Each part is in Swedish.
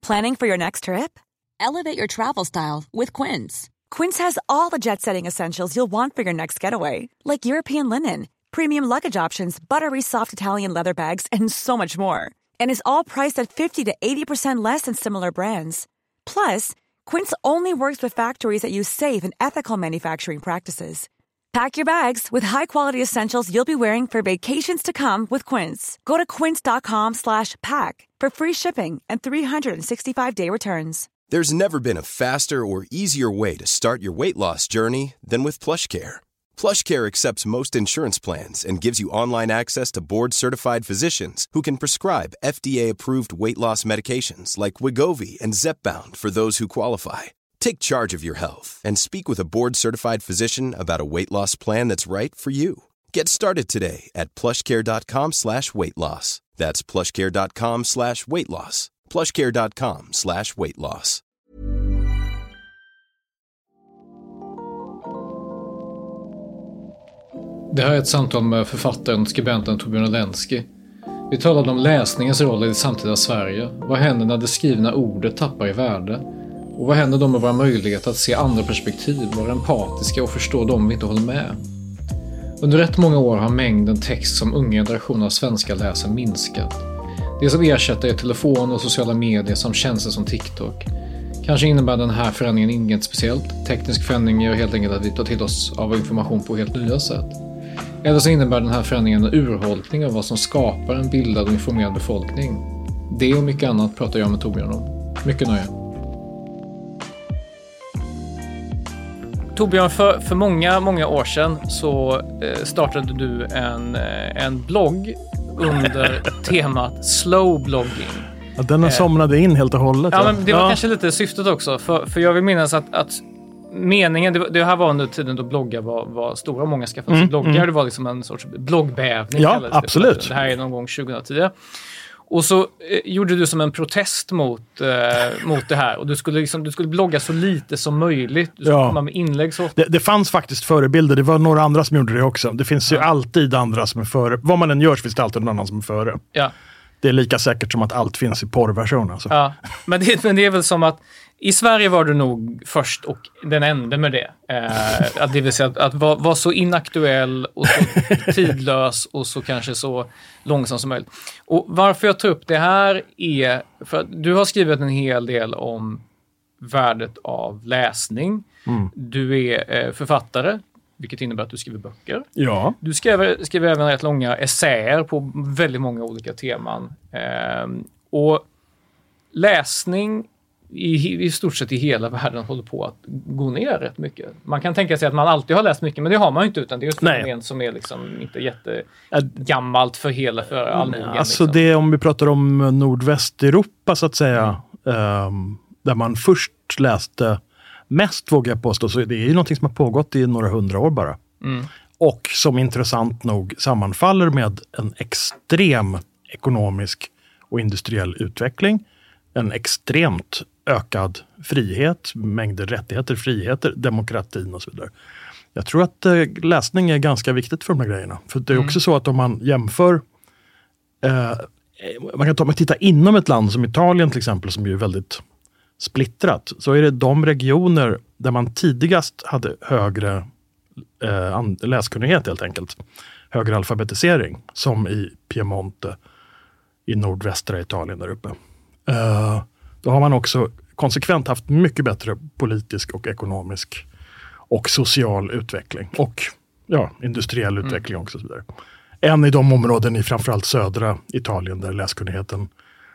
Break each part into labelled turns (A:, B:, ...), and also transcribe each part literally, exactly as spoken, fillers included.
A: Planning for your next trip?
B: Elevate your travel style with Quince.
A: Quince has all the jet-setting essentials you'll want for your next getaway, like European linen, premium luggage options, buttery soft Italian leather bags, and so much more. And is all priced at fifty to eighty percent less than similar brands. Plus, Quince only works with factories that use safe and ethical manufacturing practices. Pack your bags with high-quality essentials you'll be wearing for vacations to come with Quince. Go to quince.com slash pack for free shipping and three sixty-five day returns.
C: There's never been a faster or easier way to start your weight loss journey than with PlushCare. PlushCare accepts most insurance plans and gives you online access to board-certified physicians who can prescribe F D A-approved weight loss medications like Wegovy and Zepbound for those who qualify. Take charge of your health and speak with a board-certified physician about a weight loss plan that's right for you. Get started today at plushcare.com slash weight loss. That's plushcare.com slash weight loss. plushcare.com slash weight loss.
D: Det här är ett samtal med författaren och skribenten Torbjörn Olenski. Vi talade om läsningens roll i det samtida Sverige. Vad händer när det skrivna ordet tappar i värde? Och vad händer då med våra möjligheter att se andra perspektiv, vara empatiska och förstå dem vi inte håller med? Under rätt många år har mängden text som unga generationer av svenska läser minskat. Det som ersätter är telefon och sociala medier som tjänster som TikTok. Kanske innebär den här förändringen inget speciellt. Teknisk förändring gör helt enkelt att vi tar till oss av information på helt nya sätt. Eller så innebär den här förändringen en urholkning av vad som skapar en bildad och informerad befolkning. Det och mycket annat pratar jag med Torbjörn om. Mycket nöje.
E: Torbjörn, för, för många, många år sedan så eh, startade du en, eh, en blogg under temat slow blogging.
F: Ja, den somnade in helt och hållet.
E: Ja,
F: ja.
E: men det var
F: ja.
E: kanske lite syftet också. För, för jag vill minnas att, att meningen, det, det här var under tiden då bloggar var, var stora. Många skaffade mm, bloggar. Mm. Det var liksom en sorts bloggbävning.
F: Ja, absolut.
E: Det. det här är någon gång tjugohundratio. Och så eh, gjorde du som en protest mot, eh, mot det här. Och du skulle, liksom, du skulle blogga så lite som möjligt. Du skulle
F: ja.
E: komma med inlägg. Så.
F: Det, det fanns faktiskt förebilder. Det var några andra som gjorde det också. Det finns ju ja. alltid andra som är före. Vad man än gör så finns det alltid någon annan som är före. Ja. Det är lika säkert som att allt finns i porrversion. Alltså.
E: Ja, men det, men det är väl som att i Sverige var du nog först och den enda med det. Eh, att det vill säga att, att vara var så inaktuell och så tidlös och så kanske så långsam som möjligt. Och varför jag tar upp det här är för att du har skrivit en hel del om värdet av läsning. Mm. Du är eh, författare, vilket innebär att du skriver böcker. Ja. Du skriver, skriver även rätt långa essäer på väldigt många olika teman. Eh, och läsning i, i stort sett i hela världen håller på att gå ner rätt mycket. Man kan tänka sig att man alltid har läst mycket, men det har man ju inte, utan det är ett fenomen som är liksom inte jättegammalt för hela för allmogen.
F: Alltså
E: liksom.
F: Det om vi pratar om Nordvästeuropa så att säga, mm. um, där man först läste mest, vågar jag påstå, så det är ju någonting som har pågått i några hundra år bara. Mm. Och som intressant nog sammanfaller med en extrem ekonomisk och industriell utveckling. En extremt ökad frihet, mängder rättigheter, friheter, demokratin och så vidare. Jag tror att eh, läsning är ganska viktigt för de här grejerna. För det är mm. också så att om man jämför, eh, man kan ta och titta inom ett land som Italien till exempel, som ju är väldigt splittrat, så är det de regioner där man tidigast hade högre eh, läskunnighet helt enkelt, högre alfabetisering, som i Piemonte, i nordvästra Italien där uppe. Uh, då har man också konsekvent haft mycket bättre politisk och ekonomisk och social utveckling och ja, industriell mm. utveckling också. Så vidare. Än i de områden i framförallt södra Italien där läskunnigheten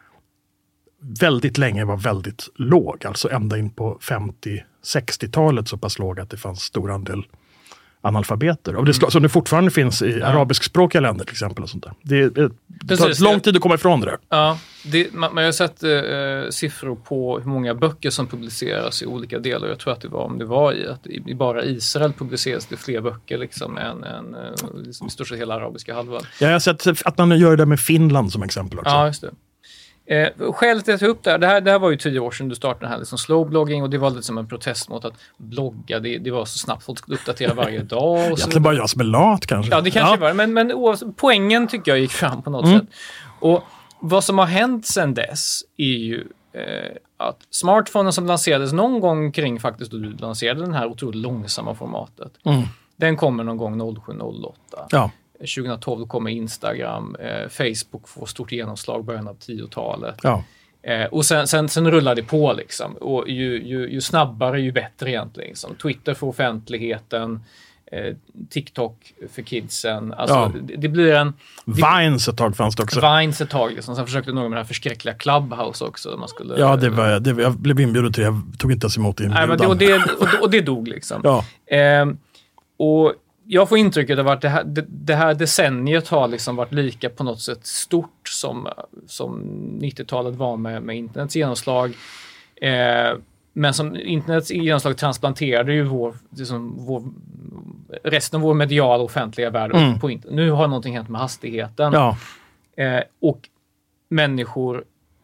F: väldigt länge var väldigt låg. Alltså ända in på femtio-sextiotalet så pass låg att det fanns stor andel analfabeter. Och det mm. som det fortfarande finns i ja. arabiskspråkiga länder till exempel. Och sånt där. Det, det, det tar lång tid att komma ifrån det där.
E: Ja, det, man, man har sett eh, siffror på hur många böcker som publiceras i olika delar. Jag tror att det var, om det var i att i, bara Israel publiceras det fler böcker liksom, än, än liksom, i stort sett hela arabiska halvön.
F: Ja, jag har sett att man gör det med Finland som exempel också.
E: Ja, just det. Eh, skälet till att jag upp det här, det här, det här var ju tio år sedan du startade den här liksom slowblogging, och det var lite som en protest mot att blogga, det, det var så snabbt, folk skulle uppdatera varje dag. Och
F: Egentligen så. Bara jag som är lat kanske.
E: Ja, det kanske ja. var, men, men oavsett, poängen tycker jag gick fram på något mm. sätt. Och vad som har hänt sedan dess är ju, eh, att smartphonen som lanserades någon gång kring faktiskt då du lanserade den här otroligt långsamma formatet. Mm. Den kommer någon gång noll sju noll åtta.
F: Ja.
E: tjugohundratolv kommer Instagram. Eh, Facebook får stort genomslag början av tiotalet.
F: Ja.
E: Eh, och sen, sen, sen rullar det på liksom. Och ju, ju, ju snabbare ju bättre egentligen. Liksom. Twitter för offentligheten. Eh, TikTok för kidsen. Alltså,
F: ja.
E: det, det blir en...
F: Vines ett tag fanns det också.
E: Vines ett tag. Liksom. Sen försökte någon med det här förskräckliga Clubhouse också. Man skulle,
F: ja, det var, det var, jag blev inbjuden till det. Jag tog inte ens emot inbjudan.
E: Nej, men det, och, det, och, och det dog liksom.
F: Ja.
E: Eh, och jag får intrycket av att det här, det, det här decenniet har liksom varit lika på något sätt stort som, som nittiotalet var med, med internets genomslag. Eh, men som internets genomslag transplanterade ju vår, liksom vår, resten av vår mediala offentliga värld mm. på internet. Nu har någonting hänt med hastigheten.
F: Ja.
E: Eh, och människor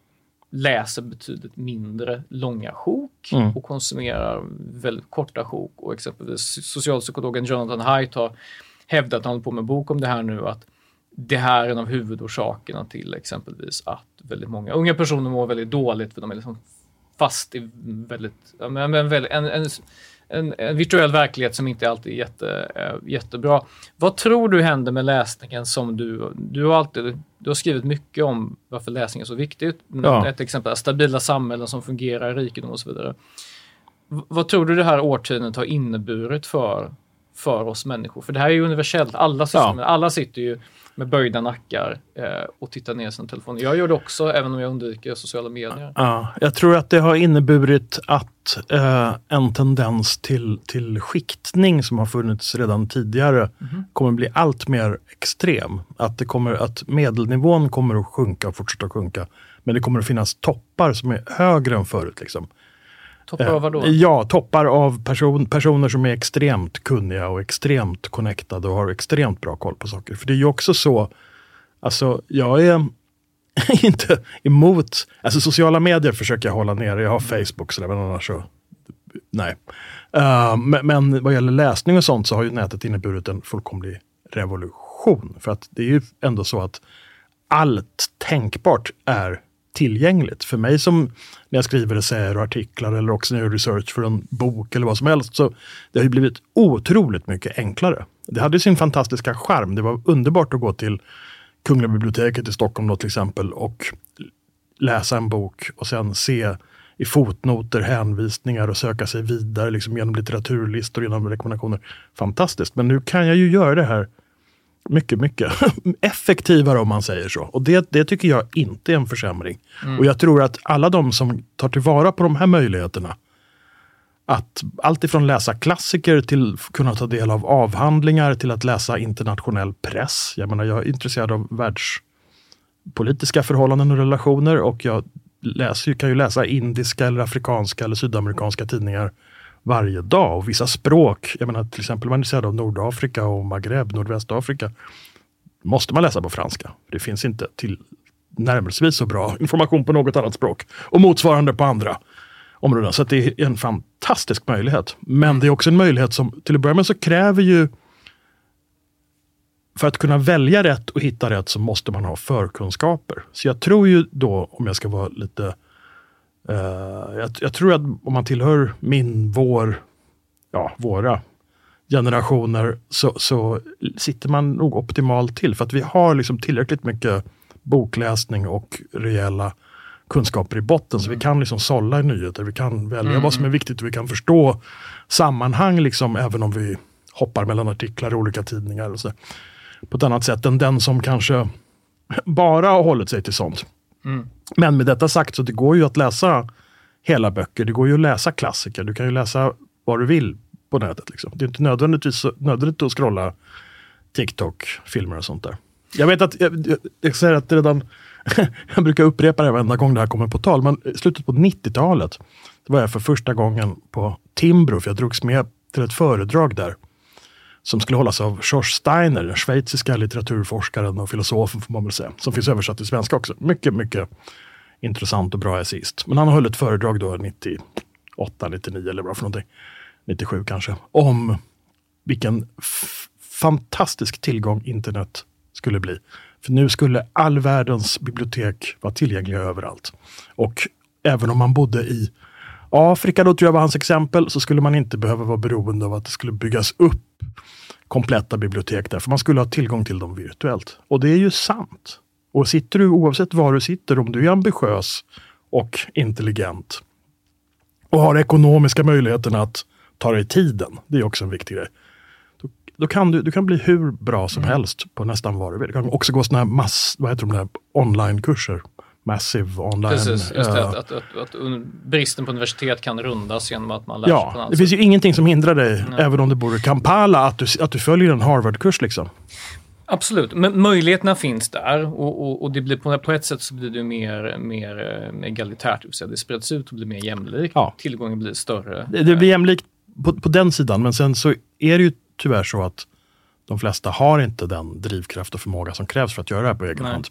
E: läser betydligt mindre långa sjok mm. och konsumerar väldigt korta sjok. Och exempelvis socialpsykologen Jonathan Haidt har hävdat, han håller på med en bok om det här nu, att det här är en av huvudorsakerna till exempelvis att väldigt många unga personer mår väldigt dåligt för de är liksom fast i väldigt, en, en, en, en, en virtuell verklighet som inte alltid är jätte, jättebra. Vad tror du händer med läsningen som du, du har alltid, du har skrivit mycket om varför läsning är så viktigt. Ja. Ett exempel är stabila samhällen som fungerar, rikedom och så vidare. V- vad tror du det här årtiondet har inneburit för, för oss människor? För det här är ju universellt. Alla, ja. alla sitter ju med böjda nackar eh, och tittar ner sin telefon. Jag gör det också, även om jag undviker sociala medier.
F: Ja, jag tror att det har inneburit att eh, en tendens till, till skiktning som har funnits redan tidigare mm-hmm. kommer bli allt mer extrem. Att, det kommer, att medelnivån kommer att sjunka och fortsätta sjunka. Men det kommer att finnas toppar som är högre än förut. Liksom.
E: Toppar av vad då?
F: Ja, toppar av person, personer som är extremt kunniga och extremt connectade och har extremt bra koll på saker. För det är ju också så, alltså jag är inte emot, alltså sociala medier försöker jag hålla ner, jag har Facebook så där, men annars så, nej. Uh, men, men vad gäller läsning och sånt så har ju nätet inneburit en fullkomlig revolution. För att det är ju ändå så att allt tänkbart är tillgängligt. För mig som när jag skriver essäer och artiklar eller också när jag gör research för en bok eller vad som helst, så det har ju blivit otroligt mycket enklare. Det hade sin fantastiska charm. Det var underbart att gå till Kungliga biblioteket i Stockholm då till exempel och läsa en bok och sen se i fotnoter, hänvisningar och söka sig vidare liksom genom litteraturlistor, genom rekommendationer. Fantastiskt. Men nu kan jag ju göra det här mycket, mycket effektivare om man säger så. Och det, det tycker jag inte är en försämring. Mm. Och jag tror att alla de som tar tillvara på de här möjligheterna, att allt ifrån läsa klassiker till kunna ta del av avhandlingar till att läsa internationell press. Jag menar, jag är intresserad av världspolitiska förhållanden och relationer och jag läser, kan ju läsa indiska eller afrikanska eller sydamerikanska tidningar varje dag. Och vissa språk, jag menar till exempel man är intresserad av Nordafrika och Maghreb, Nordvästafrika, måste man läsa på franska. Det finns inte till närmelsevis så bra information på något annat språk. Och motsvarande på andra områden. Så att det är en fantastisk möjlighet. Men det är också en möjlighet som, till att börja med så kräver ju, för att kunna välja rätt och hitta rätt så måste man ha förkunskaper. Så jag tror ju då, om jag ska vara lite Uh, jag, jag tror att om man tillhör min, vår, ja, våra generationer så, så sitter man nog optimalt till. För att vi har liksom tillräckligt mycket bokläsning och rejäla kunskaper i botten. Så mm. vi kan liksom sålla i nyheter. Vi kan välja mm. vad som är viktigt och vi kan förstå sammanhang liksom, även om vi hoppar mellan artiklar i olika tidningar. Och så. På ett annat sätt än den som kanske bara har hållit sig till sånt. Mm. Men med detta sagt så det går ju att läsa hela böcker. Det går ju att läsa klassiker. Du kan ju läsa vad du vill på nätet. Liksom. Det är inte nödvändigtvis nödvändigt att scrolla TikTok, filmer och sånt där. Jag vet att, jag, jag, jag säger att redan, jag brukar upprepa det varenda gång det här kommer på tal, men i slutet på nittiotalet det var jag för första gången på Timbro, för jag drogs med till ett föredrag där som skulle hållas av George Steiner, den schweiziska litteraturforskaren och filosofen får man väl säga, som finns översatt till svenska också. Mycket, mycket intressant och bra essayist. Men han höll ett föredrag då nittioåtta, nittionio eller vad för någonting, nittiosju kanske, om vilken f- fantastisk tillgång internet skulle bli. För nu skulle all världens bibliotek vara tillgängliga överallt. Och även om man bodde i Afrika, då tror jag var hans exempel, så skulle man inte behöva vara beroende av att det skulle byggas upp kompletta bibliotek där. För man skulle ha tillgång till dem virtuellt. Och det är ju sant. Och sitter du, oavsett var du sitter, om du är ambitiös och intelligent och har ekonomiska möjligheterna att ta dig tiden, det är också en viktig grej. Då, då kan du, du kan bli hur bra som helst på nästan vad du vill. Du kan också gå såna här mass, vad heter de där, online-kurser. Massive online.
E: Precis, just det,
F: uh,
E: att, att, att, att bristen på universitet kan rundas genom att man lär
F: ja,
E: sig på något
F: det finns
E: sätt.
F: ju ingenting som hindrar dig,
E: Nej.
F: även om du bor i Kampala, att du, att du följer en Harvard-kurs liksom.
E: Absolut, men möjligheterna finns där och, och, och det blir på, på ett sätt så blir det mer, mer egalitärt, det vill säga det spreds ut och blir mer jämlikt.
F: Ja.
E: Tillgången blir större.
F: Det, det blir jämlikt på, på den sidan, men sen så är det ju tyvärr så att de flesta har inte den drivkraft och förmåga som krävs för att göra det här på egen
E: Nej.
F: hand.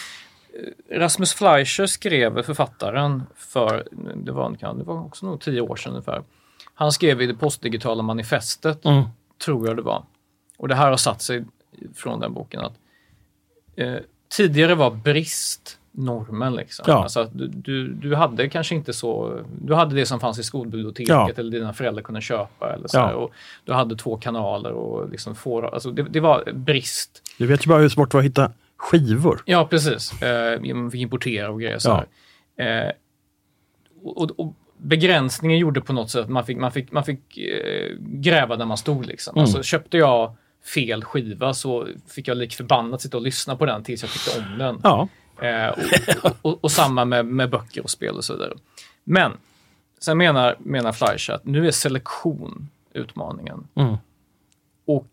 E: Rasmus Fleischer skrev, författaren, för det var, det var också nog tio år sedan ungefär. Han skrev i det postdigitala manifestet,
F: Mm.
E: tror jag det var. Och det här har satt sig från den boken att eh, tidigare var brist normen liksom.
F: Ja.
E: Alltså att du, du, du hade kanske inte så, du hade det som fanns i skolbiblioteket
F: Ja.
E: eller dina föräldrar kunde köpa eller så
F: Ja.
E: där, och du hade två kanaler och liksom få, alltså det, det var brist.
F: Du vet ju bara hur svårt det var att hitta skivor.
E: Ja, precis. Eh, man fick importera och grejer så
F: Ja.
E: här. Eh, och, och begränsningen gjorde på något sätt att man fick, man fick, man fick eh, gräva där man stod liksom.
F: Mm.
E: Alltså köpte jag fel skiva så fick jag lik förbannat sitta och lyssna på den tills jag tyckte om den.
F: Ja.
E: Eh, och, och, och, och samma med, med böcker och spel och så vidare. Men sen menar, menar Fleischer att nu är selektion utmaningen.
F: Mm.
E: Och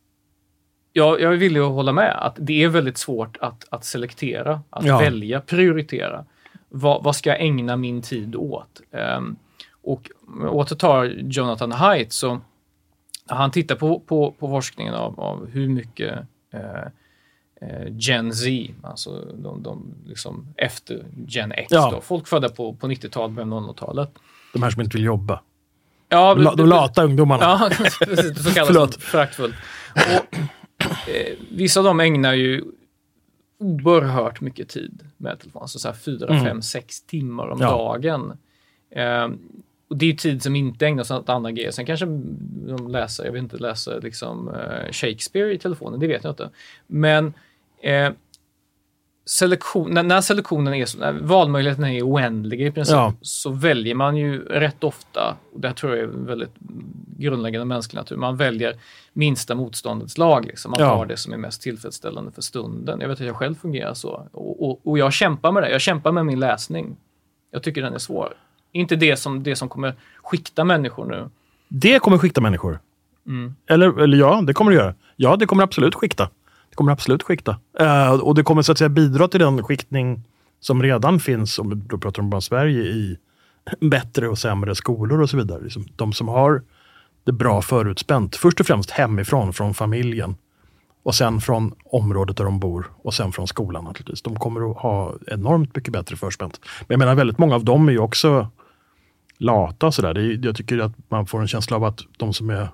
E: jag, jag är villig att hålla med att det är väldigt svårt att, att selektera, att
F: Ja.
E: välja, prioritera. Vad, vad ska jag ägna min tid åt? Um, och återtar Jonathan Haidt, så han tittar på, på, på forskningen av, av hur mycket eh, eh, Gen Z, alltså de, de liksom efter Gen X,
F: Ja.
E: då, folk födda på, på nittiotalet, början av nolltalet.
F: De här som inte vill jobba.
E: Ja,
F: De, la- de lata ungdomarna.
E: Ja, precis, så kallas
F: Förlåt.
E: det föraktfullt. Och eh, vissa av dem ägnar ju oerhört mycket tid med telefon. Alltså så här fyra,
F: Mm.
E: fem, sex timmar om
F: Ja.
E: dagen. Eh, och det är ju tid som inte ägnas åt andra grejer. Sen kanske de läser, jag vet inte, läser liksom eh, Shakespeare i telefonen, det vet jag inte. Men eh, selektion, när, när selektionen är så, när valmöjligheterna är oändliga i princip,
F: Ja.
E: så väljer man ju rätt ofta, och det här tror jag är väldigt grundläggande mänsklig natur, man väljer minsta motståndets lag. Liksom. Man
F: Ja.
E: tar det som är mest tillfredsställande för stunden. Jag vet att jag själv fungerar så. Och, och, och jag kämpar med det. Jag kämpar med min läsning. Jag tycker den är svår. Inte det som, det som kommer skikta människor nu.
F: Det kommer skikta människor.
E: Mm.
F: Eller, eller ja, det kommer det göra. Ja, det kommer absolut skikta. Det kommer absolut skikta. Uh, och det kommer så att säga bidra till den skiktning som redan finns, om vi då pratar om bara Sverige, i bättre och sämre skolor och så vidare. Liksom, de som har det bra förutspänt, först och främst hemifrån, från familjen, och sen från området där de bor, och sen från skolan naturligtvis. De kommer att ha enormt mycket bättre förspänt. Men jag menar, väldigt många av dem är ju också lata och sådär. Det är, jag tycker att man får en känsla av att de som är,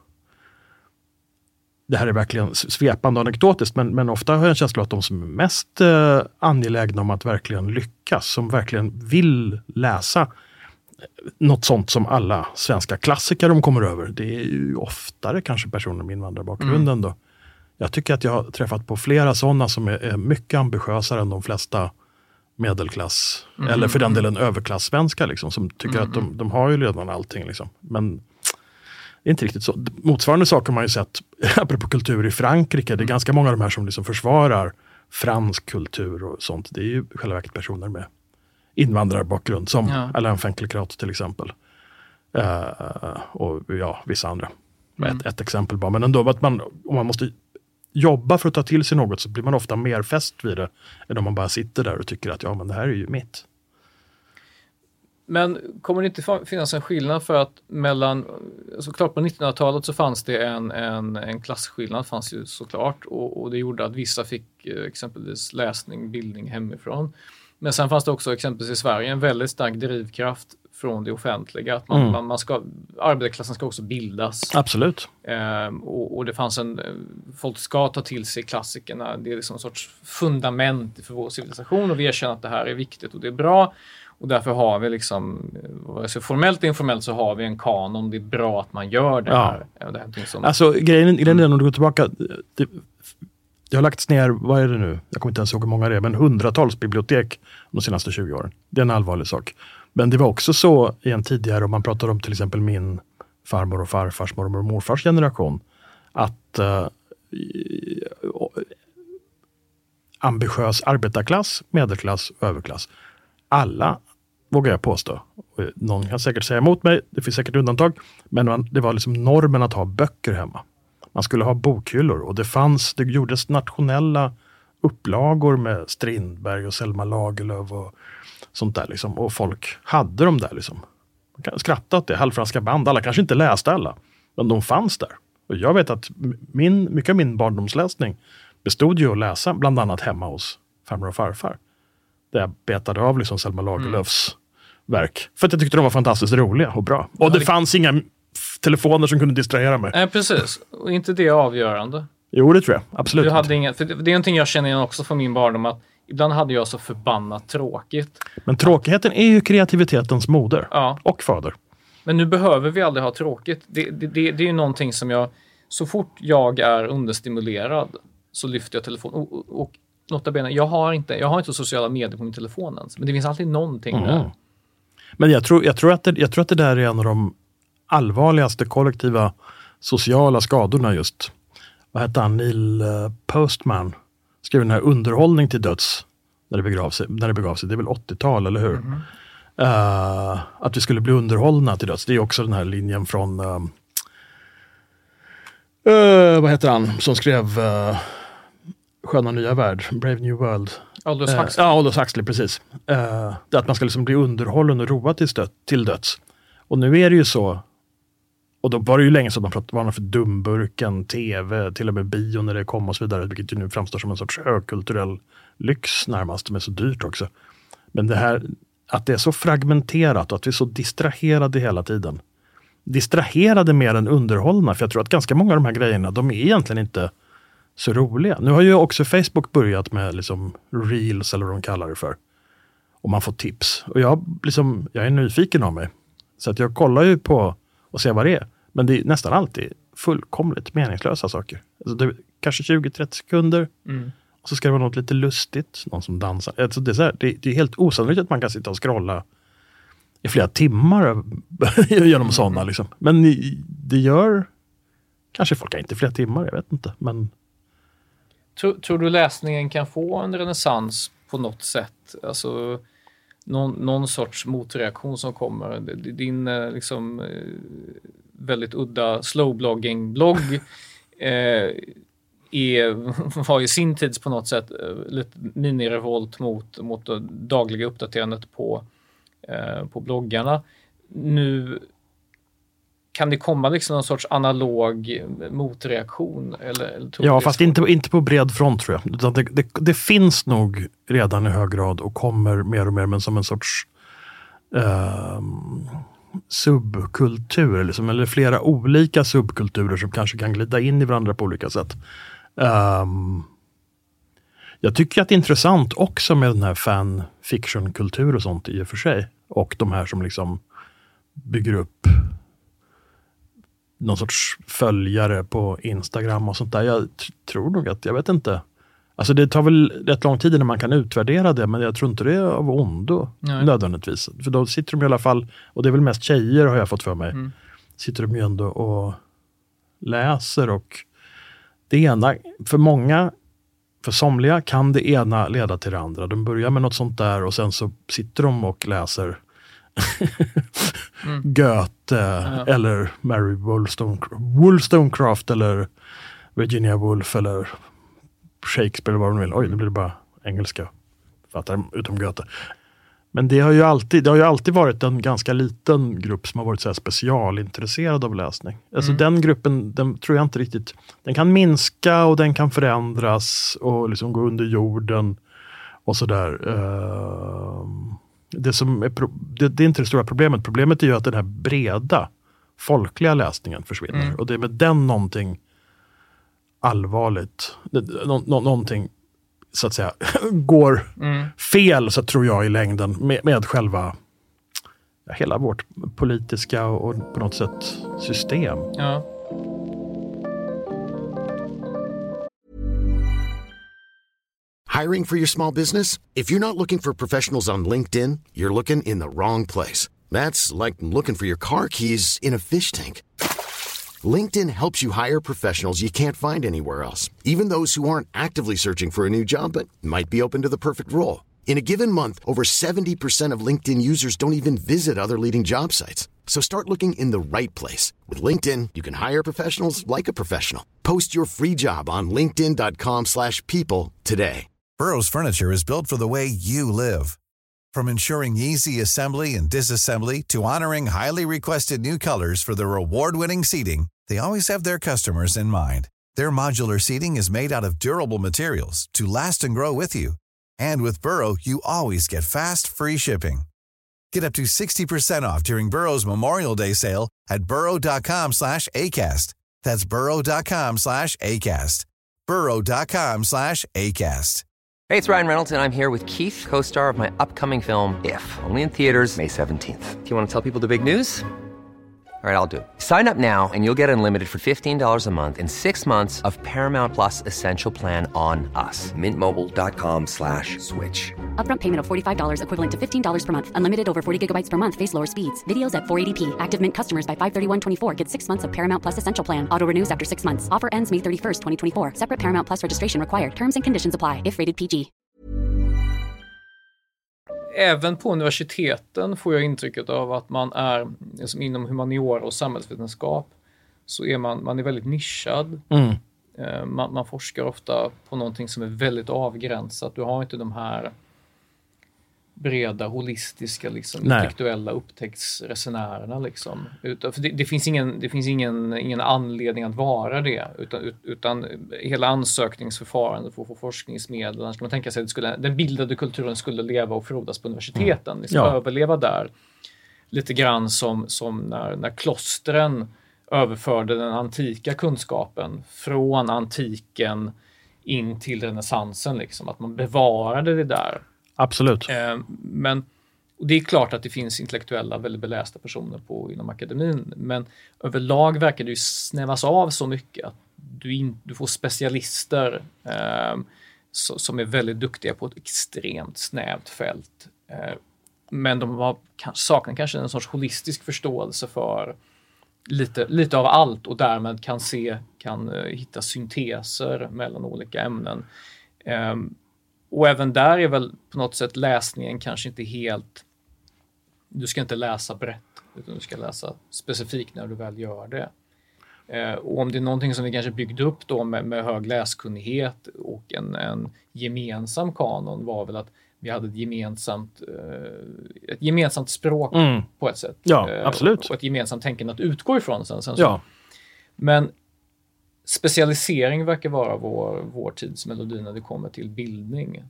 F: det här är verkligen svepande och anekdotiskt, men, men ofta har jag en känsla av att de som är mest eh, angelägna om att verkligen lyckas, som verkligen vill läsa något sånt som alla svenska klassiker de kommer över, det är ju oftare kanske personer med invandrarbakgrund ändå. Mm. Jag tycker att jag har träffat på flera sådana som är, är mycket ambitiösare än de flesta medelklass, mm. eller för den delen överklass-svenskar liksom, som tycker mm. att de, de har ju redan allting liksom. Men det är inte riktigt så. Motsvarande saker har man ju sett apropå kultur i Frankrike. Det är ganska många av de här som liksom försvarar fransk kultur och sånt. Det är ju i själva verket personer med invandrarbakgrund, som
E: Ja.
F: Alain Finkielkraut till exempel. Uh, och ja, vissa andra. Mm. Ett, ett exempel bara. Men ändå, att man, om man måste jobba för att ta till sig något, så blir man ofta mer fäst vid det än om man bara sitter där och tycker att ja, men det här är ju mitt.
E: Men kommer det inte finnas en skillnad för att mellan, såklart på nittonhundratalet så fanns det en, en, en klasskillnad, fanns ju såklart, och, och det gjorde att vissa fick eh, exempelvis läsning, bildning hemifrån. Men sen fanns det också exempelvis i Sverige en väldigt stark drivkraft från det offentliga, att man,
F: Mm.
E: man, man ska, arbetarklassen ska också bildas.
F: Absolut.
E: Eh, och, och det fanns en, folk ska ta till sig klassikerna, det är liksom en sorts fundament för vår civilisation, och vi erkänner att det här är viktigt och det är bra. Och därför har vi liksom, alltså formellt och informellt så har vi en kanon. Det är bra att man gör det här.
F: Ja.
E: Det här som...
F: Alltså grejen, grejen är, om du går tillbaka, det, det har lagts ner, vad är det nu? Jag kommer inte ens ihåg hur många det är, men hundratals bibliotek de senaste tjugo åren. Det är en allvarlig sak. Men det var också så igen tidigare, om man pratar om till exempel min farmor och farfars, mormor och morfars generation, att uh, ambitiös arbetarklass, medelklass och överklass. Alla, vågar jag påstå. Någon kan säkert säga emot mig, det finns säkert undantag, men man, det var liksom normen att ha böcker hemma. Man skulle ha bokhyllor och det fanns, det gjordes nationella upplagor med Strindberg och Selma Lagerlöf och sånt där liksom. Och folk hade dem där liksom. Man kan skratta åt det, Halvfranska band, alla kanske inte läste alla, men de fanns där. Och jag vet att min, mycket av min barndomsläsning bestod ju att läsa bland annat hemma hos farmor och farfar. Där jag betade av liksom Selma Lagerlöfs mm. verk. För att jag tyckte de var fantastiskt roliga och bra. Och ja, det, det fanns inga f- telefoner som kunde distrahera mig.
E: Nej, precis. Och inte det avgörande.
F: Jo, det tror jag. Absolut.
E: Du hade inga, för det, det är någonting jag känner igen också från min barndom, att ibland hade jag så förbannat tråkigt.
F: Men tråkigheten är ju kreativitetens moder.
E: Ja.
F: Och fader.
E: Men nu behöver vi aldrig ha tråkigt. Det, det, det, det är ju någonting som jag, så fort jag är understimulerad så lyfter jag telefonen. Och, och, och nota bene, jag har inte, jag har inte sociala medier på min telefon ens. Men det finns alltid någonting mm. där.
F: Men jag tror, jag, tror att det, jag tror att det där är en av de allvarligaste kollektiva sociala skadorna just. Vad hette han? Neil Postman skrev den här Underhållning till döds när det begav sig. När det begav sig. Det är väl åttiotal, eller hur? Mm. Uh, att vi skulle bli underhållna till döds. Det är också den här linjen från uh, uh, vad heter han som skrev uh, Sköna nya värld, Brave New World.
E: Aldous Huxley.
F: Uh, ja, Aldous Huxley, precis. Uh, det att man ska liksom bli underhållen och roa till, stöd, till döds. Och nu är det ju så, och då var det ju länge så att man pratade varna för dumburken, tv, till och med bio när det kom och så vidare, vilket ju nu framstår som en sorts högkulturell lyx närmast, men så dyrt också. Men det här, att det är så fragmenterat och att vi är så distraherade hela tiden. Distraherade mer än underhållna, för jag tror att ganska många av de här grejerna, de är egentligen inte så roliga. Nu har ju också Facebook börjat med liksom reels eller vad de kallar det för. Och man får tips. Och jag, liksom, jag är nyfiken av mig. Så att jag kollar ju på och ser vad det är. Men det är nästan alltid fullkomligt meningslösa saker. Alltså det är kanske tjugo till trettio sekunder. Mm. Och så ska det vara något lite lustigt. Någon som dansar. Alltså det, är så här, det, det är helt osannolikt att man kan sitta och scrolla i flera timmar genom mm. sådana. Liksom. Men det gör kanske folk inte flera timmar, jag vet inte. Men...
E: Tror, tror du läsningen kan få en renässans på något sätt? Alltså någon, någon sorts motreaktion som kommer. Din liksom väldigt udda slowblogging-blogg eh, är, har ju sin tids på något sätt lite minirevolt mot, mot det dagliga uppdaterandet på, eh, på bloggarna. Nu kan det komma liksom någon sorts analog motreaktion? Eller, eller
F: ja, fast inte, inte på bred front tror jag. Utan det, det, det finns nog redan i hög grad och kommer mer och mer, men som en sorts eh, subkultur. Liksom, eller flera olika subkulturer som kanske kan glida in i varandra på olika sätt. Um, jag tycker att det är intressant också med den här fanfiction-kultur och sånt i och för sig. Och de här som liksom bygger upp någon sorts följare på Instagram och sånt där. Jag t- tror nog att, jag vet inte. Alltså det tar väl rätt lång tid när man kan utvärdera det, men jag tror inte det är av ondo Nej. nödvändigtvis. För då sitter de i alla fall, och det är väl mest tjejer har jag fått för mig, mm. sitter de ju ändå och läser, och det ena, för många, för somliga kan det ena leda till det andra. De börjar med något sånt där och sen så sitter de och läser mm. Goethe ja. eller Mary Wollstonecraft, Wollstonecraft eller Virginia Woolf eller Shakespeare eller vad de vill. Oj, nu blir det bara engelska författare utom Goethe. Men det har ju alltid, det har ju alltid varit en ganska liten grupp som har varit så här specialintresserad av läsning. Alltså mm. den gruppen, den tror jag inte riktigt, den kan minska och den kan förändras och liksom gå under jorden och sådär. Uh, det, som är pro- det, det är inte det stora problemet. Problemet är ju att den här breda folkliga läsningen försvinner. Mm. Och det är med den någonting allvarligt. Det, nå, nå, någonting så att säga går
E: Mm.
F: fel, så tror jag i längden med, med själva ja, hela vårt politiska och, och på något sätt system.
E: Ja.
G: Hiring for your small business? If you're not looking for professionals on LinkedIn, you're looking in the wrong place. That's like looking for your car keys in a fish tank. LinkedIn helps you hire professionals you can't find anywhere else, even those who aren't actively searching for a new job but might be open to the perfect role. In a given month, over seventy percent of LinkedIn users don't even visit other leading job sites. So start looking in the right place. With LinkedIn, you can hire professionals like a professional. Post your free job on linkedin dot com slash people today.
H: Burrow's furniture is built for the way you live. From ensuring easy assembly and disassembly to honoring highly requested new colors for their award-winning seating, they always have their customers in mind. Their modular seating is made out of durable materials to last and grow with you. And with Burrow, you always get fast, free shipping. Get up to sixty percent off during Burrow's Memorial Day sale at burrow dot com slash acast. That's burrow dot com slash acast. burrow dot com slash acast.
I: Hey, it's Ryan Reynolds, and I'm here with Keith, co-star of my upcoming film, If, only in theaters May seventeenth. Do you want to tell people the big news? All right, I'll do it. Sign up now and you'll get unlimited for fifteen dollars a month and six months of Paramount Plus Essential Plan on us. Mint Mobile dot com slash switch.
B: Upfront payment of forty-five dollars equivalent to fifteen dollars per month. Unlimited over forty gigabytes per month. Face lower speeds. Videos at four eighty p. Active Mint customers by five thirty-one twenty-four get six months of Paramount Plus Essential Plan. Auto renews after six months. Offer ends May thirty-first, twenty twenty-four. Separate Paramount Plus registration required. Terms and conditions apply if rated P G.
E: Även på universiteten får jag intrycket av att man är, liksom inom humaniora och samhällsvetenskap, så är man, man är väldigt nischad.
F: Mm.
E: Man, man forskar ofta på någonting som är väldigt avgränsat. Du har inte de här breda, holistiska, liksom, intellektuella upptäcktsresenärerna. Liksom. Utan, för det, det finns, ingen, det finns ingen, ingen anledning att vara det. Utan, utan hela ansökningsförfarandet för att få forskningsmedel. Annars kan man tänka sig att det skulle, den bildade kulturen skulle leva och frodas på universiteten. Mm. Liksom, ja. Överleva där. Lite grann som, som när, när klostren överförde den antika kunskapen från antiken in till renässansen. Liksom, att man bevarade det där.
F: Absolut.
E: Eh, men och det är klart att det finns intellektuella, väldigt belästa personer på, inom akademin. Men överlag verkar det ju snävas av så mycket att du, in, du får specialister eh, så, som är väldigt duktiga på ett extremt snävt fält. Eh, men de har, saknar kanske en sorts holistisk förståelse för lite, lite av allt och därmed kan se, kan uh, hitta synteser mellan olika ämnen. Um, och även där är väl på något sätt läsningen kanske inte helt, du ska inte läsa brett utan du ska läsa specifikt när du väl gör det. Uh, och om det är någonting som vi kanske byggde upp då med, med hög läskunnighet och en, en gemensam kanon var väl att vi hade ett gemensamt, uh, ett gemensamt språk mm. på ett sätt.
F: Ja, absolut.
E: Och ett gemensamt tänkande att utgå ifrån sen. sen
F: ja.
E: Men specialisering verkar vara vår, vår tids melodi när det kommer till bildning.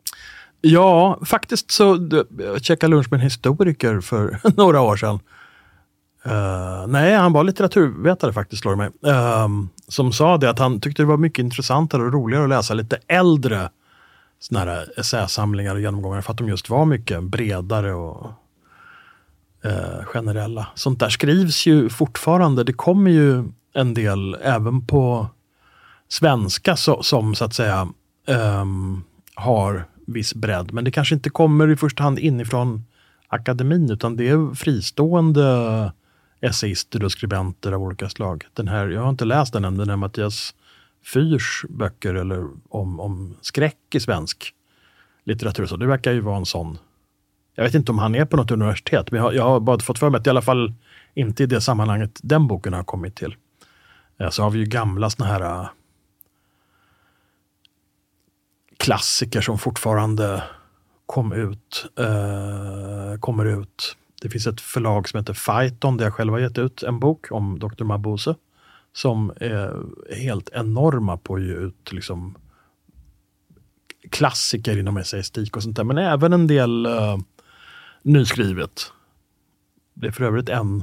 F: Ja, faktiskt så jag checkade lunch med en historiker för några år sedan. Uh, nej, han var litteraturvetare faktiskt, slår det mig. Uh, som sa det att han tyckte det var mycket intressantare och roligare att läsa lite äldre såna här essäsamlingar och genomgångar för att de just var mycket bredare och uh, generella. Sånt där skrivs ju fortfarande. Det kommer ju en del även på svenska så, som så att säga um, har viss bredd. Men det kanske inte kommer i första hand inifrån akademin utan det är fristående essayister och skribenter av olika slag. Den här, jag har inte läst den än, den här Mattias Fyrs böcker eller om, om skräck i svensk litteratur. Så det verkar ju vara en sån. Jag vet inte om han är på något universitet, men jag har, jag har bara fått för mig att i alla fall inte i det sammanhanget den boken har kommit till. Så har vi ju gamla såna här uh, klassiker som fortfarande kom ut, uh, kommer ut. Det finns ett förlag som heter Phaeton där jag själv har gett ut en bok om doktor Mabuse som är helt enorma på att ge ut liksom klassiker inom essayistik och sånt där. Men även en del uh, nyskrivet. Det är för övrigt en,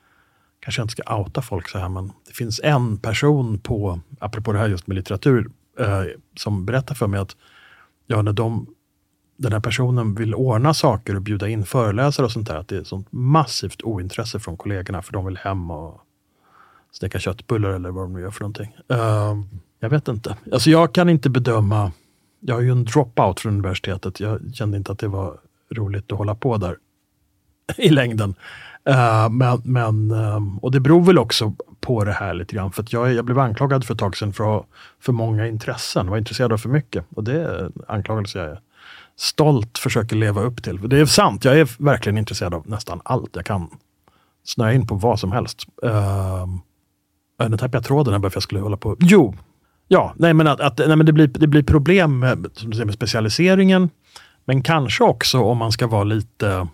F: kanske jag inte ska outa folk så här, men det finns en person på, apropå det här just med litteratur, eh, som berättar för mig att ja, när de, den här personen vill ordna saker och bjuda in föreläsare och sånt där, att det är ett sånt massivt ointresse från kollegorna för de vill hem och steka köttbullar eller vad de gör för någonting. Uh, jag vet inte. Alltså jag kan inte bedöma, jag är ju en dropout från universitetet, jag kände inte att det var roligt att hålla på där i längden. Uh, men, men, um, och det beror väl också på det här lite grann, för att jag, jag blev anklagad för ett tag sedan för att ha för många intressen, var intresserad av för mycket, och det är anklagelse jag är stolt försöker leva upp till. För det är sant, jag är verkligen intresserad av nästan allt. Jag kan snöa in på vad som helst. Uh, nu tappade jag tråden här bara för jag skulle hålla på. Jo, ja, nej men, att, att, nej, men det, blir, det blir problem med, som du säger, med specialiseringen, men kanske också om man ska vara lite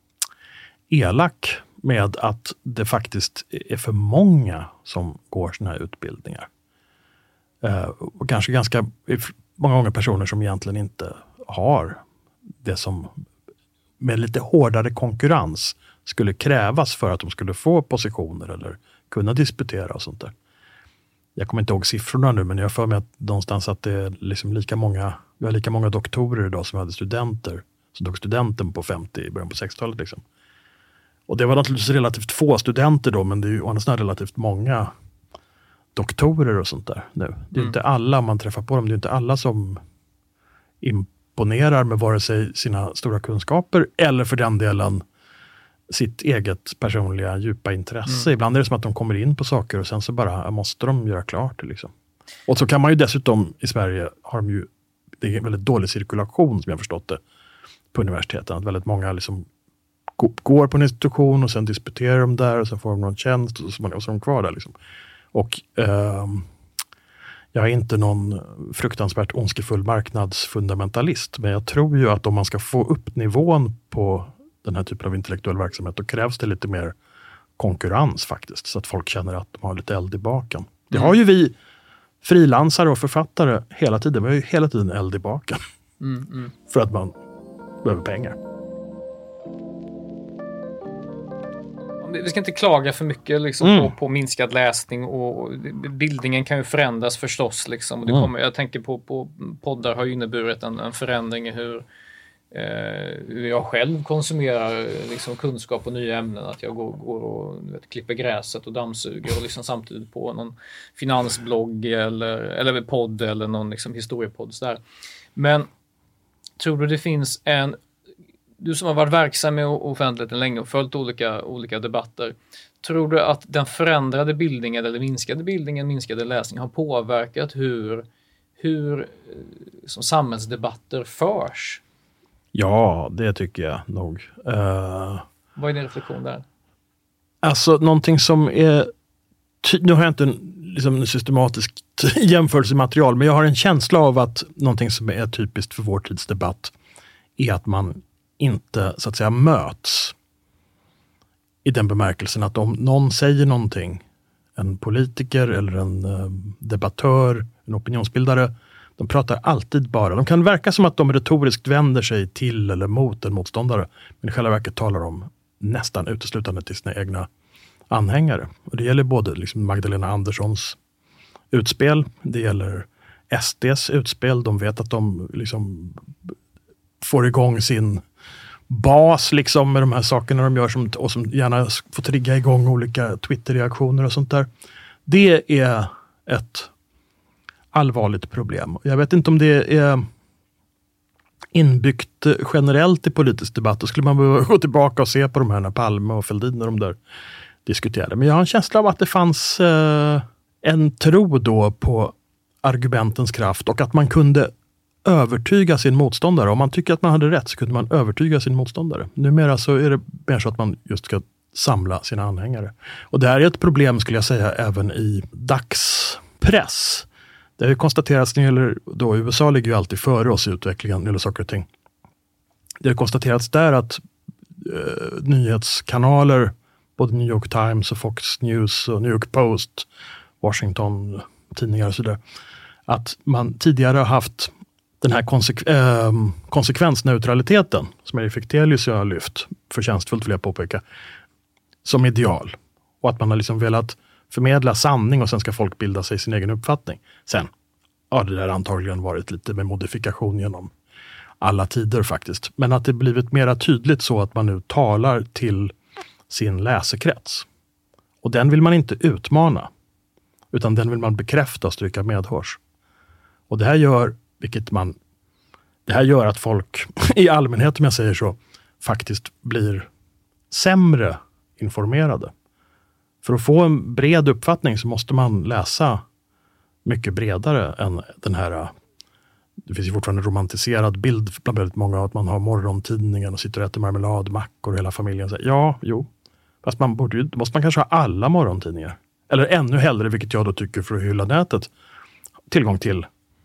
F: elak med att det faktiskt är för många som går såna här utbildningar. Uh, och kanske ganska många gånger personer som egentligen inte har det som med lite hårdare konkurrens skulle krävas för att de skulle få positioner eller kunna disputera och sånt där. Jag kommer inte ihåg siffrorna nu, men jag för mig att någonstans att det är liksom lika många, vi har lika många doktorer idag som hade studenter, som tog studenten på femtio i början på sextiotalet liksom. Och det var naturligtvis relativt få studenter då, men det är ju annars relativt många doktorer och sånt där nu. Det är mm. inte alla man träffar på dem, det är inte alla som imponerar med vare sig sina stora kunskaper eller för den delen sitt eget personliga djupa intresse. Mm. Ibland är det som att de kommer in på saker och sen så bara måste de göra klart det liksom. Och så kan man ju dessutom i Sverige har de ju, det är en väldigt dålig cirkulation som jag förstått det på universiteten. Att väldigt många liksom går på en institution och sen disputerar de där och sen får de någon tjänst och så, och så är de kvar där liksom. Och eh, jag är inte någon fruktansvärt ondskefull marknadsfundamentalist, men jag tror ju att om man ska få upp nivån på den här typen av intellektuell verksamhet, då krävs det lite mer konkurrens faktiskt, så att folk känner att de har lite eld i baken. Det har ju vi frilansare och författare hela tiden, vi har ju hela tiden eld i baken. Mm, mm. För att man behöver pengar.
E: Vi ska inte klaga för mycket liksom, mm. på, på minskad läsning, och bildningen kan ju förändras förstås. Liksom. Och det kommer, jag tänker på, på poddar har ju inneburit en, en förändring i hur, eh, hur jag själv konsumerar liksom, kunskap och nya ämnen. Att jag går, går och vet, klipper gräset och dammsuger och liksom, samtidigt på någon finansblogg eller, eller podd eller någon liksom, historiepodd. Så där. Men tror du det finns en... Du som har varit verksam i offentligheten länge och följt olika, olika debatter. Tror du att den förändrade bildningen eller minskade bildningen, minskade läsningen har påverkat hur, hur som samhällsdebatter förs?
F: Ja, det tycker jag nog. Uh,
E: Vad är din reflektion där?
F: Alltså någonting som är... Ty- nu har jag inte en liksom, systematisk jämförelsematerial, men jag har en känsla av att någonting som är typiskt för vår tids debatt är att man inte så att säga möts i den bemärkelsen att om någon säger någonting, en politiker eller en eh, debattör, en opinionsbildare, de pratar alltid bara, de kan verka som att de retoriskt vänder sig till eller mot en motståndare, men i själva verket talar de nästan uteslutande till sina egna anhängare. Och det gäller både liksom Magdalena Anderssons utspel, det gäller S D:s utspel, de vet att de liksom får igång sin bas liksom med de här sakerna de gör som, och som gärna får trigga igång olika Twitter-reaktioner och sånt där. Det är ett allvarligt problem. Jag vet inte om det är inbyggt generellt i politisk debatt. Då skulle man behöva gå tillbaka och se på de här när Palme och Fälldin och de där diskuterade. Men jag har en känsla av att det fanns eh, en tro då på argumentens kraft och att man kunde övertyga sin motståndare. Om man tycker att man hade rätt så kunde man övertyga sin motståndare. Numera så är det mer så att man just ska samla sina anhängare. Och det här är ett problem skulle jag säga även i dagspress. Det har ju konstaterats när det gäller, då U S A ligger ju alltid före oss i utvecklingen när det gäller saker och ting. Det har konstaterats där att eh, nyhetskanaler, både New York Times och Fox News och New York Post, Washington tidningar och sådär, att man tidigare har haft den här konsekv- eh, konsekvensneutraliteten som Erik Fichtelius har lyft, förtjänstfullt vill jag påpeka, som ideal. Och att man har liksom velat förmedla sanning och sen ska folk bilda sig sin egen uppfattning. Sen, ja, det där antagligen varit lite med modifikation genom alla tider faktiskt. Men att det blivit mera tydligt så att man nu talar till sin läsekrets. Och den vill man inte utmana. Utan den vill man bekräfta och stryka medhårs. Och det här gör, vilket man, det här gör att folk i allmänhet, om jag säger så, faktiskt blir sämre informerade. För att få en bred uppfattning så måste man läsa mycket bredare än den här. Det finns ju fortfarande en romantiserad bild bland väldigt många att man har morgontidningen och sitter och äter marmeladmackor och hela familjen säger ja, jo. Fast man borde ju, måste man kanske ha alla morgontidningar. Eller ännu hellre, vilket jag då tycker för att hylla nätet, tillgång till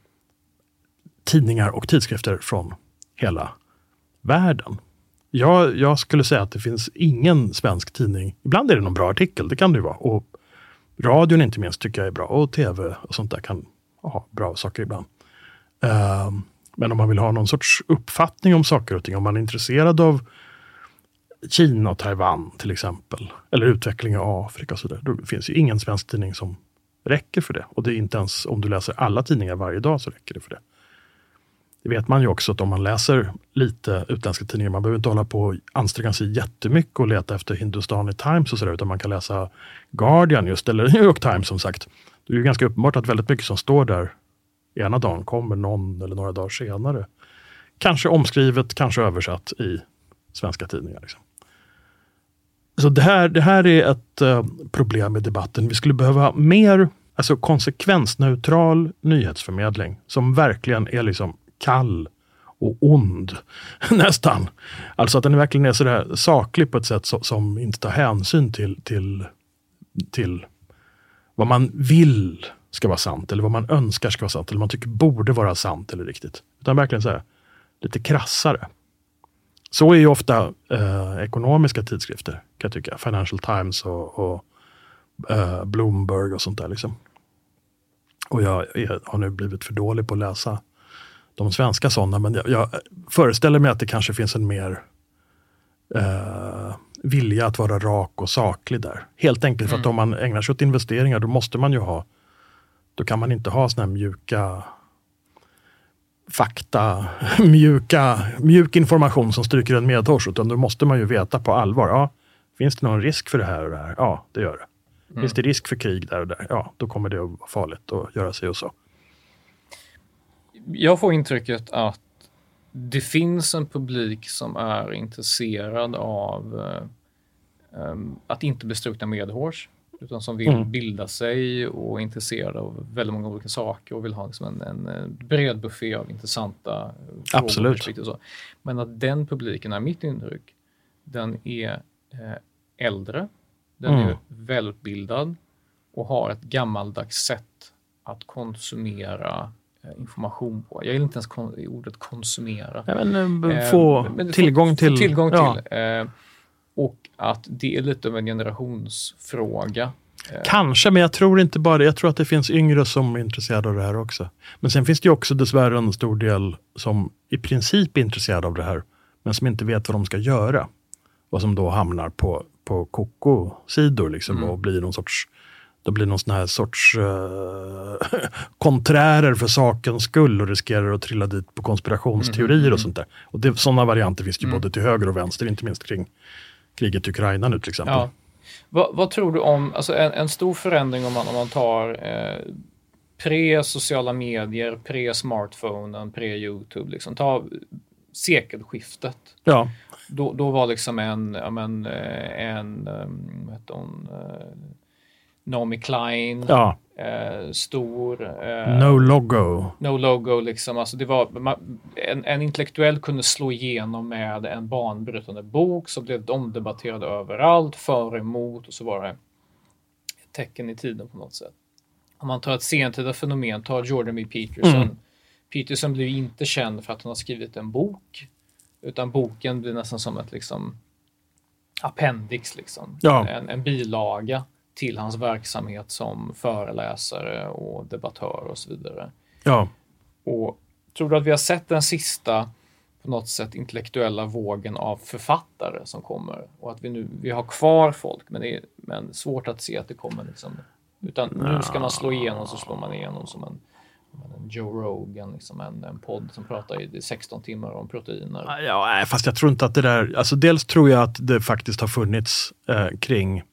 F: tidningar och tidskrifter från hela världen. Jag, jag skulle säga att det finns ingen svensk tidning. Ibland är det någon bra artikel, det kan det ju vara. Och radion inte minst tycker jag är bra. Och tv och sånt där kan ha bra saker ibland. Uh, men om man vill ha någon sorts uppfattning om saker och ting, om man är intresserad av Kina och Taiwan till exempel, eller utveckling i Afrika och så där, då finns ju ingen svensk tidning som räcker för det. Och det är inte ens, om du läser alla tidningar varje dag så räcker det för det. Det vet man ju också att om man läser lite utländska tidningar, man behöver inte hålla på och anstränga sig jättemycket och leta efter Hindustani Times och sådär, utan man kan läsa Guardian just, eller New York Times som sagt. Det är ju ganska uppenbart att väldigt mycket som står där ena dagen kommer någon eller några dagar senare. Kanske omskrivet, kanske översatt i svenska tidningar. Liksom. Så det här, det här är ett uh, problem med debatten. Vi skulle behöva mer alltså konsekvensneutral nyhetsförmedling som verkligen är liksom kall och ond nästan. Alltså att den verkligen är sådär saklig på ett sätt som, som inte tar hänsyn till, till, till vad man vill ska vara sant eller vad man önskar ska vara sant eller vad man tycker borde vara sant eller riktigt. Utan verkligen så här, lite krassare. Så är ju ofta eh, ekonomiska tidskrifter, kan jag tycka. Financial Times och, och eh, Bloomberg och sånt där liksom. Och jag, jag har nu blivit för dålig på att läsa de svenska sådana, men jag, jag föreställer mig att det kanske finns en mer eh, vilja att vara rak och saklig där. Helt enkelt för att om man ägnar sig åt investeringar, då måste man ju ha, då kan man inte ha såna här mjuka fakta, mjuka, mjuk information som stryker en medhårs, utan då måste man ju veta på allvar, ja, finns det någon risk för det här och det här? Ja, det gör det. Mm. Finns det risk för krig där och där? Ja, då kommer det att vara farligt att göra sig och så.
E: Jag får intrycket att det finns en publik som är intresserad av um, att inte bli strukna medhårs, utan som vill mm. bilda sig och är intresserad av väldigt många olika saker och vill ha liksom en, en bred buffé av intressanta
F: Absolut.
E: Och så. Men att den publiken är mitt intryck, den är eh, äldre, den mm. är välutbildad och har ett gammaldags sätt att konsumera information på. Jag gillar inte ens kon- ordet konsumera.
F: Ja, men, äh, få eh, tillgång få, till.
E: Få tillgång
F: ja.
E: till. Eh, och att det är lite av en generationsfråga. Eh.
F: Kanske, men jag tror inte bara det. Jag tror att det finns yngre som är intresserade av det här också. Men sen finns det ju också dessvärre en stor del som i princip är intresserade av det här, men som inte vet vad de ska göra. Och som då hamnar på, på koko-sidor liksom, mm. och blir någon sorts Då blir någon sån här sorts uh, konträrer för sakens skull och riskerar att trilla dit på konspirationsteorier mm, mm, och sånt där. Och det, sådana varianter finns ju mm. både till höger och vänster, inte minst kring kriget i Ukraina nu till exempel.
E: Ja. Vad, vad tror du om, alltså en, en stor förändring om man, om man tar eh, pre-sociala medier, pre-smartphonen, pre-YouTube, liksom, ta sekelskiftet.
F: Ja.
E: Då, då var liksom en, ja, men, en, um, vad heter hon, uh, Naomi Klein,
F: ja.
E: eh, stor. Eh,
F: no logo.
E: No logo, liksom. Alltså det var, man, en, en intellektuell kunde slå igenom med en banbrytande bok som blev omdebatterad överallt, för och emot, och så var det ett tecken i tiden på något sätt. Om man tar ett sentida fenomen, tar Jordan B. Peterson. Mm. Peterson blev inte känd för att han har skrivit en bok, utan boken blir nästan som ett liksom appendix, liksom.
F: Ja.
E: En, en bilaga till hans verksamhet som föreläsare och debattör och så vidare.
F: Ja.
E: Och tror du att vi har sett den sista på något sätt intellektuella vågen av författare som kommer? Och att vi nu vi har kvar folk, men det är men svårt att se att det kommer liksom. Utan nu ska man slå igenom, så slår man igenom som en, en Joe Rogan, liksom en, en podd som pratar i sexton timmar om proteiner.
F: Ja, fast jag tror inte att det där, alltså dels tror jag att det faktiskt har funnits eh, kring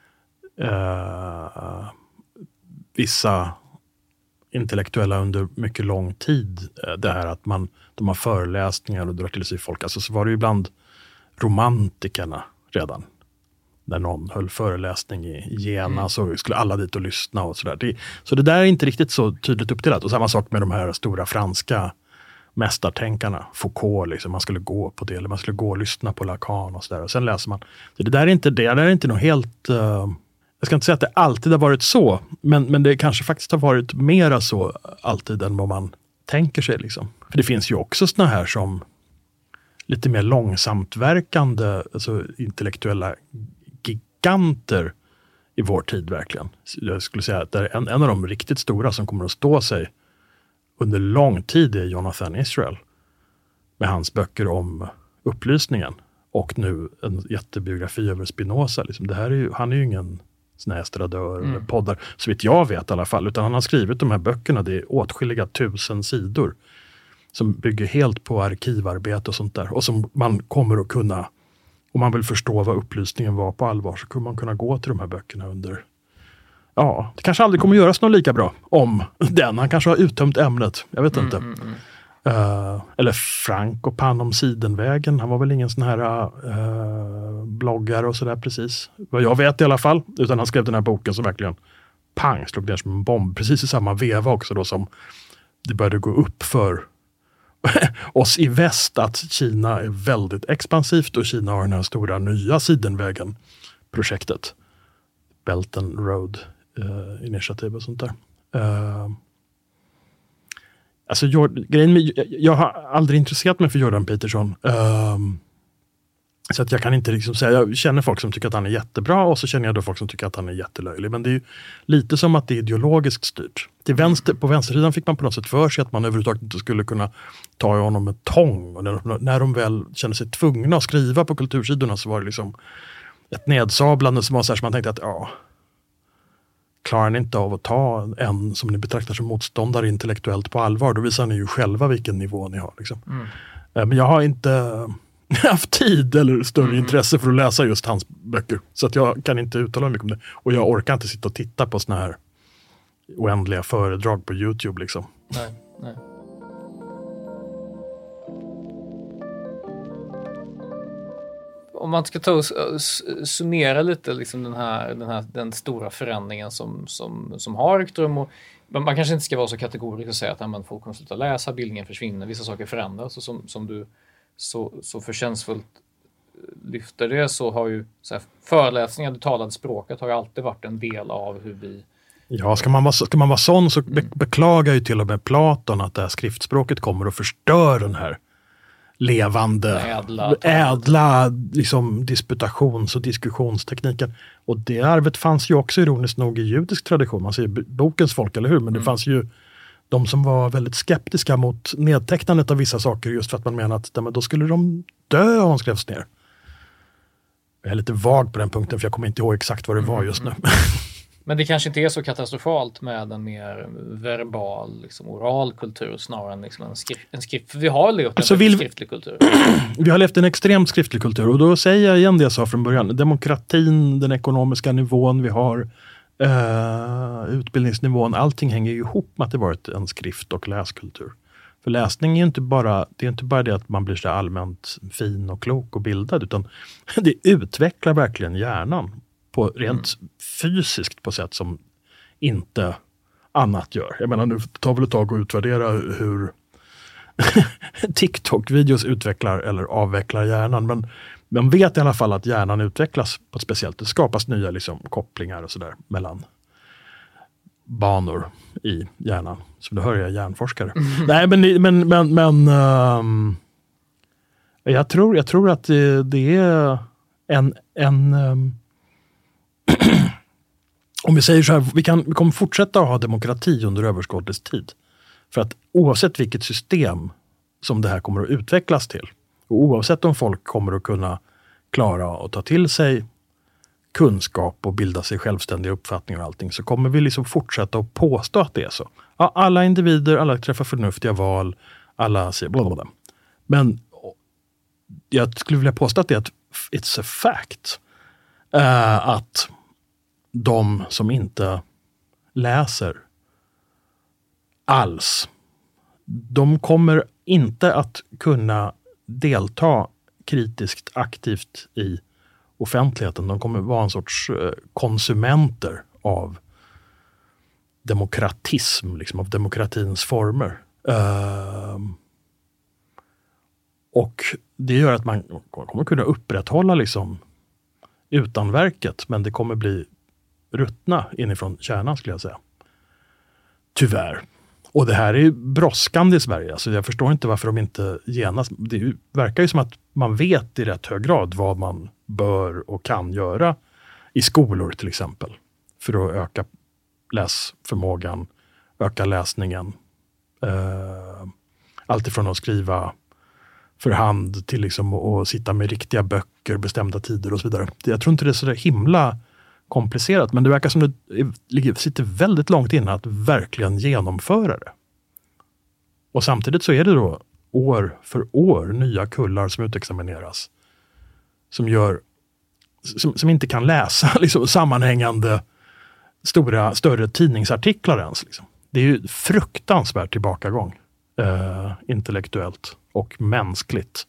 F: eh, vissa intellektuella under mycket lång tid, eh, det här att man, de har föreläsningar och drar till sig folk. Alltså så var det ju ibland romantikerna redan. När någon höll föreläsning i Jena mm. så skulle alla dit och lyssna och sådär. Det, så det där är inte riktigt så tydligt uppdelat. Och samma sak med de här stora franska mästartänkarna. Foucault, liksom, man skulle gå på det. Eller man skulle gå och lyssna på Lacan och sådär. Och sen läser man. Så det där är inte, det där är inte något helt... Uh, jag ska inte säga att det alltid har varit så. Men, men det kanske faktiskt har varit mera så alltid än vad man tänker sig. Liksom. För det finns ju också såna här som lite mer långsamt verkande, alltså intellektuella giganter i vår tid verkligen. Jag skulle säga att det är en, en av de riktigt stora som kommer att stå sig under lång tid är Jonathan Israel. Med hans böcker om upplysningen. Och nu en jättebiografi över Spinoza. Liksom. Det här är ju, han är ju ingen sån här estradör mm. eller poddar, så vitt jag vet i alla fall. Utan han har skrivit de här böckerna, det är åtskilliga tusen sidor. Som bygger helt på arkivarbete och sånt där. Och som man kommer att kunna, om man vill förstå vad upplysningen var på allvar, så kommer man kunna gå till de här böckerna under... Ja, det kanske aldrig kommer att göras något lika bra om den. Han kanske har uttömt ämnet. Jag vet mm, inte. Mm, mm. Uh, eller Frank och Pan om Sidenvägen. Han var väl ingen sån här uh, bloggare och sådär precis. Vad jag vet i alla fall. Utan han skrev den här boken som verkligen pang, slog ner som en bomb. Precis i samma veva också då som det började gå upp för oss i väst att Kina är väldigt expansivt och Kina har den här stora nya Sidenvägen-projektet. Belt and Road uh, initiativ och sånt där. Uh, alltså Jord, grejen med, jag har aldrig intresserat mig för Jordan Peterson. Uh, så att jag kan inte liksom säga, jag känner folk som tycker att han är jättebra och så känner jag då folk som tycker att han är jättelöjlig. Men det är ju lite som att det är ideologiskt styrt. Till vänster, på vänstersidan fick man på något sätt för sig att man överhuvudtaget inte skulle kunna ta i honom med tång. Och när, när de väl kände sig tvungna att skriva på kultursidorna så var det liksom ett nedsablande som var så här som man tänkte att ja, klarar ni inte av att ta en som ni betraktar som motståndare intellektuellt på allvar, då visar ni ju själva vilken nivå ni har. Liksom. Mm. Men jag har inte haft tid eller större mm. intresse för att läsa just hans böcker. Så att jag kan inte uttala mig mycket om det. Och jag orkar inte sitta och titta på såna här oändliga föredrag på YouTube. Liksom.
E: Nej, nej. Om man ska ta och summera lite liksom den, här, den, här, den stora förändringen som, som, som har ägt rum. Och man kanske inte ska vara så kategorisk och säga att man får kommer sluta läsa, bildningen försvinner, vissa saker förändras. Och som, som du så, så förtjänstfullt lyfter det, så har ju så här, föreläsningar, det talade språket har ju alltid varit en del av hur vi...
F: Ja, ska man vara, ska man vara sån så be- beklagar ju till och med Platon att det här skriftspråket kommer och förstör den här levande, ädla, ädla liksom, disputations- och diskussionstekniken. Och det arvet fanns ju också ironiskt nog i judisk tradition. Man säger bokens folk, eller hur? Men mm. det fanns ju de som var väldigt skeptiska mot nedtecknandet av vissa saker just för att man menar att men då skulle de dö om de skrevs ner. Jag är lite vag på den punkten för jag kommer inte ihåg exakt vad det var just nu.
E: Men det kanske inte är så katastrofalt med en mer verbal, liksom, oral kultur snarare än liksom en, skrift, en skrift. För vi har levt
F: alltså,
E: en
F: vill,
E: skriftlig kultur.
F: Vi har levt en extremt skriftlig kultur. Och då säger jag igen det jag sa från början. Demokratin, den ekonomiska nivån vi har, eh, utbildningsnivån, allting hänger ju ihop med att det varit en skrift- och läskultur. För läsning är ju inte bara det, är inte bara det att man blir så allmänt fin och klok och bildad, utan det utvecklar verkligen hjärnan på rent mm. fysiskt på sätt som inte annat gör. Jag menar, nu tar väl ett tag att utvärdera hur TikTok-videos utvecklar eller avvecklar hjärnan, men man vet i alla fall att hjärnan utvecklas på ett speciellt. Det skapas nya liksom, kopplingar och sådär mellan banor i hjärnan. Så då hör jag hjärnforskare. Mm. Nej, men, men, men, men um, jag, tror, jag tror att det, det är en, en um, om vi säger så här, vi, kan, vi kommer fortsätta att ha demokrati under överskådlig tid. För att oavsett vilket system som det här kommer att utvecklas till, och oavsett om folk kommer att kunna klara att ta till sig kunskap och bilda sig självständiga uppfattningar och allting, så kommer vi liksom fortsätta att påstå att det är så. Ja, alla individer, alla träffar förnuftiga val, alla säger bla bla bla. Men jag skulle vilja påstå att det är ett it's a fact. Uh, att de som inte läser alls, de kommer inte att kunna delta kritiskt aktivt i offentligheten. De kommer vara en sorts uh, konsumenter av demokratism, liksom, av demokratins former. Uh, och det gör att man kommer kunna upprätthålla liksom utanverket, men det kommer bli ruttna inifrån kärnan, skulle jag säga. Tyvärr. Och det här är ju brådskande i Sverige. Så jag förstår inte varför de inte genast... Det verkar ju som att man vet i rätt hög grad vad man bör och kan göra i skolor till exempel. För att öka läsförmågan, öka läsningen. Uh, allt ifrån att skriva för hand till liksom att sitta med riktiga böcker, bestämda tider och så vidare. Jag tror inte det är så där himla komplicerat, men det verkar som det sitter väldigt långt innan att verkligen genomföra det. Och samtidigt så är det då år för år nya kullar som utexamineras som gör som, som inte kan läsa liksom sammanhängande stora, större tidningsartiklar ens. Liksom. Det är ju fruktansvärt tillbakagång eh, intellektuellt och mänskligt.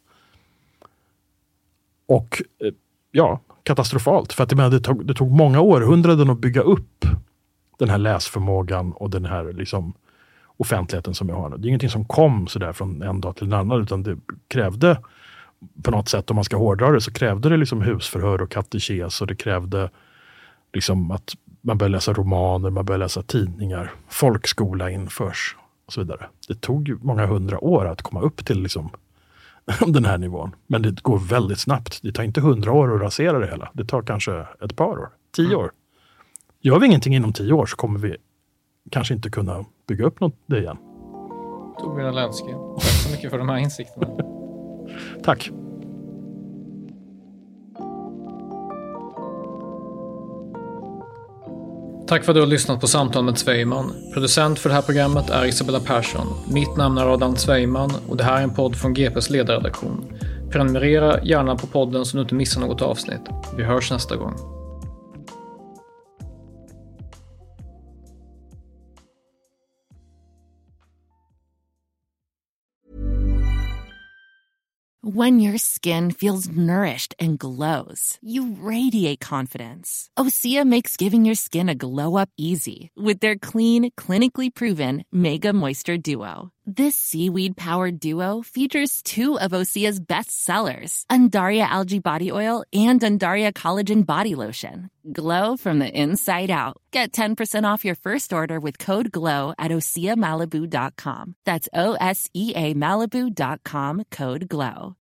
F: Och eh, ja, katastrofalt. För att det, det, tog, det tog många århundraden att bygga upp den här läsförmågan och den här liksom offentligheten som jag har nu. Det är ingenting som kom så där från en dag till en annan, utan det krävde på något sätt, om man ska hårdra det, så krävde det liksom husförhör och katekes, och det krävde liksom att man började läsa romaner, man började läsa tidningar, folkskola införs och så vidare. Det tog ju många hundra år att komma upp till liksom den här nivån. Men det går väldigt snabbt. Det tar inte hundra år att rasera det hela. Det tar kanske ett par år. Tio mm. år. Gör vi ingenting inom tio år så kommer vi kanske inte kunna bygga upp något det igen.
E: Torbjörn Lenski, tack så mycket för de här insikterna.
F: Tack.
D: Tack för att du har lyssnat på Samtal med Zweiman. Producent för det här programmet är Isabella Persson. Mitt namn är Adam Zweiman och det här är en podd från G P:s ledarredaktion. Prenumerera gärna på podden så du inte missar något avsnitt. Vi hörs nästa gång.
J: When your skin feels nourished and glows, you radiate confidence. Osea makes giving your skin a glow-up easy with their clean, clinically proven Mega Moisture Duo. This seaweed-powered duo features two of Osea's best sellers, Undaria Algae Body Oil and Undaria Collagen Body Lotion. Glow from the inside out. Get ten percent off your first order with code GLOW at osea malibu dot com. That's O S E A Malibu dot com, code GLOW.